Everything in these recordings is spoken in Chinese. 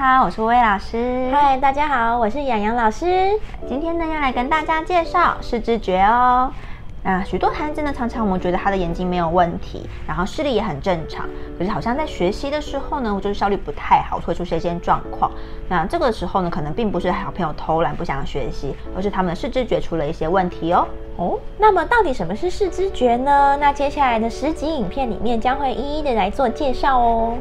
好，我是薇老师。 嗨，大家好，我是洋洋老师。 今天呢，要来跟大家介绍视知觉哦。许多孩子呢，常常我们觉得他的眼睛没有问题，然后视力也很正常，可是好像在学习的时候呢，就是效率不太好，会出现一些状况。那这个时候呢，可能并不是小朋友偷懒不想学习，而是他们的视知觉出了一些问题哦。 那么到底什么是视知觉呢？那接下来的10集影片里面将会一一的来做介绍哦。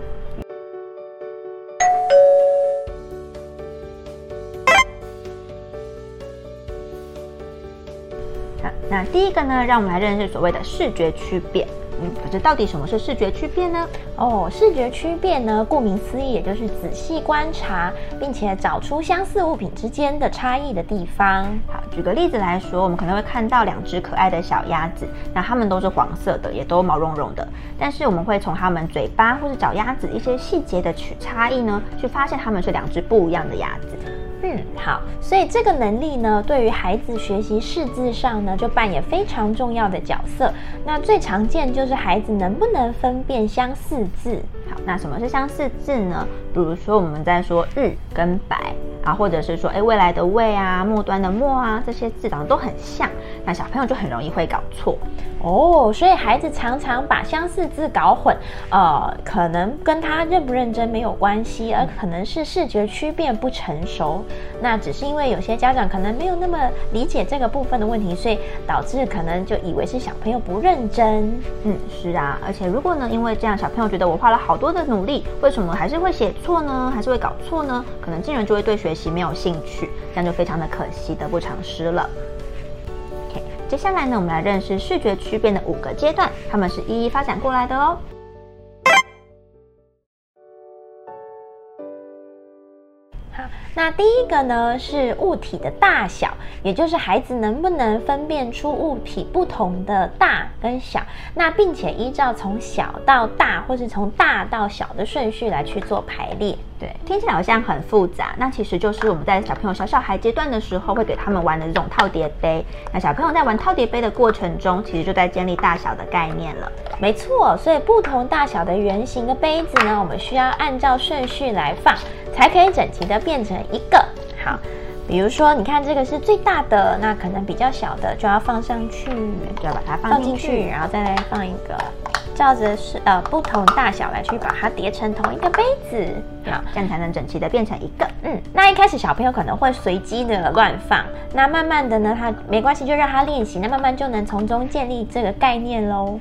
那第一个呢，让我们来认识所谓的视觉区变。可是到底什么是视觉区变呢？ 视觉区变呢，顾名思义，也就是仔细观察，并且找出相似物品之间的差异的地方。 好，举个例子来说，我们可能会看到2只可爱的小鸭子，那它们都是黄色的，也都毛茸茸的，但是我们会从它们嘴巴或是脚丫子一些细节的差异呢，去发现它们是2只不一样的鸭子。 好，所以这个能力呢，对于孩子学习识字上呢，就扮演非常重要的角色。那最常见就是孩子能不能分辨相似字。 好，那什么是相似字呢？比如说我们在说日跟白啊，或者是说未来的未啊，末端的末啊，这些字长得都很像，那小朋友就很容易会搞错。 所以孩子常常把相似字搞混，可能跟他认不认真没有关系，而可能是视觉区变不成熟。那只是因为有些家长可能没有那么理解这个部分的问题，所以导致可能就以为是小朋友不认真。 是啊，而且如果呢，因为这样小朋友觉得我花了好多的努力，为什么还是会写错呢？还是会搞错呢？可能进而就会对学习没有兴趣，这样就非常的可惜，得不偿失了。接下来呢，我们来认识视觉区变的5个阶段，它们是一一发展过来的哦。 好，那第一个呢是物体的大小，也就是孩子能不能分辨出物体不同的大跟小，那并且依照从小到大或是从大到小的顺序来去做排列。 对，听起来好像很复杂，那其实就是我们在小朋友小孩阶段的时候，会给他们玩的这种套叠杯。那小朋友在玩套叠杯的过程中，其实就在建立大小的概念了。 没错，所以不同大小的圆形的杯子呢，我们需要按照顺序来放，才可以整齐的变成一个。好，比如说你看这个是最大的，那可能比较小的就要放上去， 就要把它放进去， 然后再来放一个，照着不同大小来去把它叠成同一个杯子。好， 这样才能整齐的变成一个。 那一开始小朋友可能会随机的乱放，那慢慢的呢，他没关系，就让他练习，那慢慢就能从中建立这个概念咯。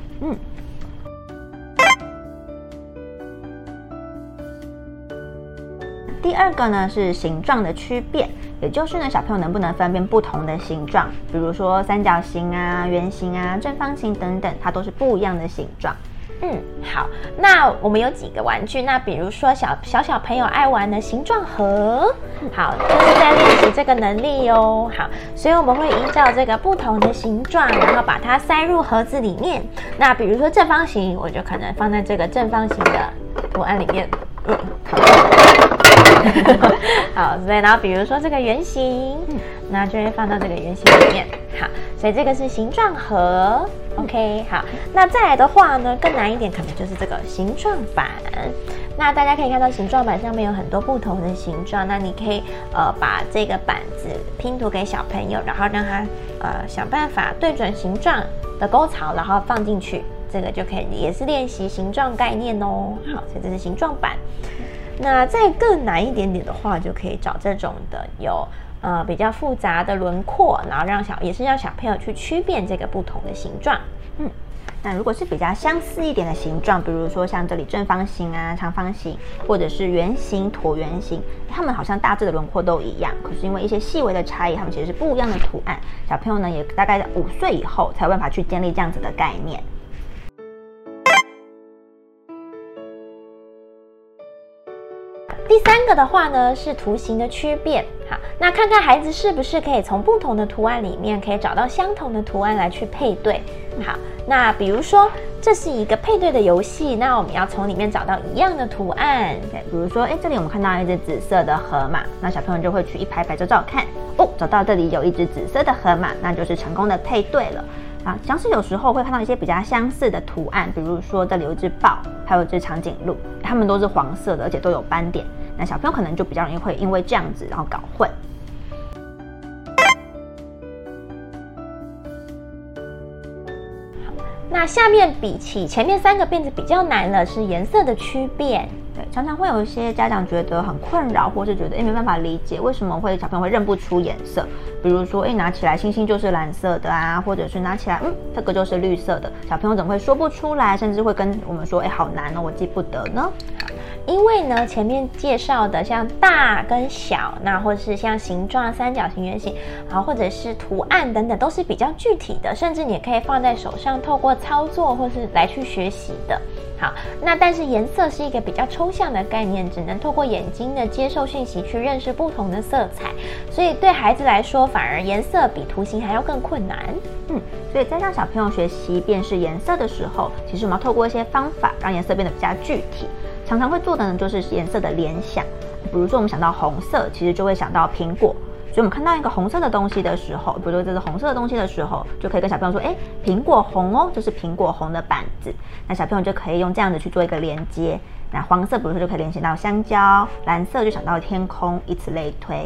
第2个呢是形状的区变，也就是呢小朋友能不能分辨不同的形状，比如说三角形啊、圆形啊、正方形等等，它都是不一样的形状。 好，那我们有几个玩具，那比如说小朋友爱玩的形状盒，好，就是在练习这个能力哦。好，所以我们会依照这个不同的形状，然后把它塞入盒子里面。那比如说正方形，我就可能放在这个正方形的图案里面。好，所以然后比如说这个圆形，那就会放到这个圆形里面。好，所以这个是形状盒。OK， 好，那再来的话呢，更难一点，可能就是这个形状板。那大家可以看到形状板上面有很多不同的形状，那你可以把这个板子拼图给小朋友，然后让他想办法对准形状的沟槽，然后放进去，这个就可以也是练习形状概念哦。好，所以这是形状板。那再更难一点点的话，就可以找这种的有比较复杂的轮廓，然后也是让小朋友去区辨这个不同的形状。 那如果是比较相似一点的形状，比如说像这里正方形啊、长方形，或者是圆形、椭圆形，它们好像大致的轮廓都一样，可是因为一些细微的差异，它们其实是不一样的图案。小朋友呢，也大概在5岁以后才有办法去建立这样子的概念。 第3个的话呢，是图形的区变。好，那看看孩子是不是可以从不同的图案里面，可以找到相同的图案来去配对。好，那比如说这是一个配对的游戏，那我们要从里面找到一样的图案。 对，比如说，这里我们看到一只紫色的河马，那小朋友就会去一排排找找看，找到这里有一只紫色的河马，那就是成功的配对了。像是有时候会看到一些比较相似的图案，比如说这里有一只豹，还有一只长颈鹿，它们都是黄色的，而且都有斑点。 那小朋友可能就比较容易会因为这样子然后搞混。 那下面比起前面3个变得比较难了，是颜色的区变。 对，常常会有一些家长觉得很困扰，或是觉得没办法理解为什么小朋友会认不出颜色。比如说，拿起来星星就是蓝色的啊，或者是拿起来这个就是绿色的，小朋友怎么会说不出来，甚至会跟我们说，好难哦，我记不得呢。 因为呢，前面介绍的像大跟小，那或者是像形状、三角形、圆形，或者是图案等等，都是比较具体的，甚至你也可以放在手上，透过操作或是来去学习的。好，那但是颜色是一个比较抽象的概念，只能透过眼睛的接受讯息去认识不同的色彩，所以对孩子来说，反而颜色比图形还要更困难。 所以在让小朋友学习辨识颜色的时候，其实我们要透过一些方法，让颜色变得比较具体。常常会做的呢，就是颜色的联想。比如说，我们想到红色，其实就会想到苹果。所以我们看到一个红色的东西的时候，比如说这是红色的东西的时候，就可以跟小朋友说，苹果红哦，这是苹果红的板子。那小朋友就可以用这样子去做一个连接。那黄色，比如说就可以联系到香蕉，蓝色就想到天空，以此类推。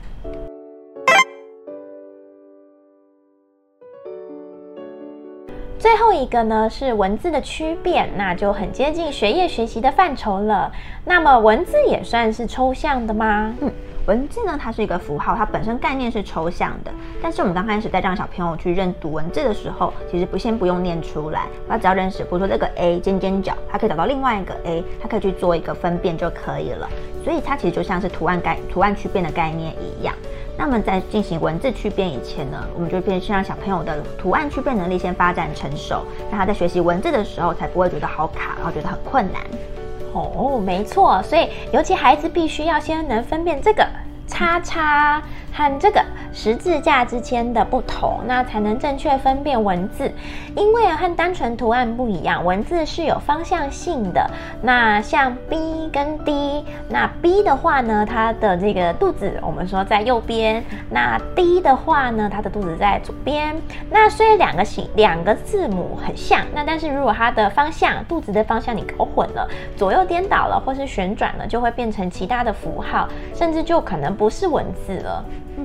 最后一个呢是文字的区变，那就很接近学业学习的范畴了。那么文字也算是抽象的吗？ 文字呢，它是一个符号，它本身概念是抽象的。但是我们刚开始在让小朋友去认读文字的时候，其实先不用念出来，他只要认识，比如说这个 A 尖尖角，他可以找到另外一个 A， 他可以去做一个分辨就可以了。所以它其实就像是图案区变的概念一样。那么在进行文字区变以前呢，我们就必须让小朋友的图案区变能力先发展成熟，让他在学习文字的时候才不会觉得好卡，然后觉得很困难。 没错，所以尤其孩子必须要先能分辨这个叉叉和这个十字架之间的不同，那才能正确分辨文字。因为和单纯图案不一样，文字是有方向性的。那像 B 跟 D， 那 B 的话呢，它的这个肚子我们说在右边，那 D 的话呢，它的肚子在左边。那虽然两个字母很像，那但是如果它的方向，肚子的方向你搞混了，左右颠倒了，或是旋转了，就会变成其他的符号，甚至就可能不是文字了。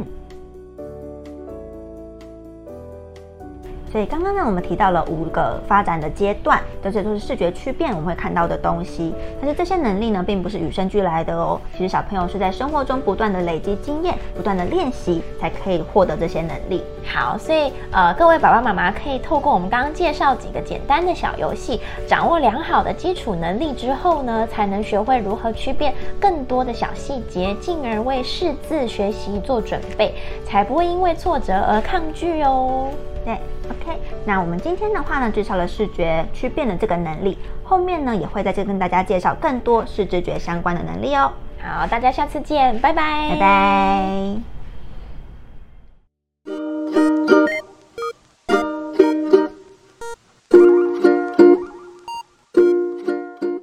所以刚刚呢，我们提到了5个发展的阶段，这些都是视觉区变我们会看到的东西。但是这些能力呢，并不是与生俱来的哦。其实小朋友是在生活中不断的累积经验，不断的练习，才可以获得这些能力。 好，所以各位爸爸妈妈可以透过我们刚刚介绍几个简单的小游戏，掌握良好的基础能力之后呢，才能学会如何区辨更多的小细节，进而为识字学习做准备，才不会因为挫折而抗拒哦。 对 ，OK， 那我们今天的话呢，介绍了视觉区变的这个能力，后面呢也会在这跟大家介绍更多视知觉相关的能力哦。 好，大家下次见，拜拜， 拜拜。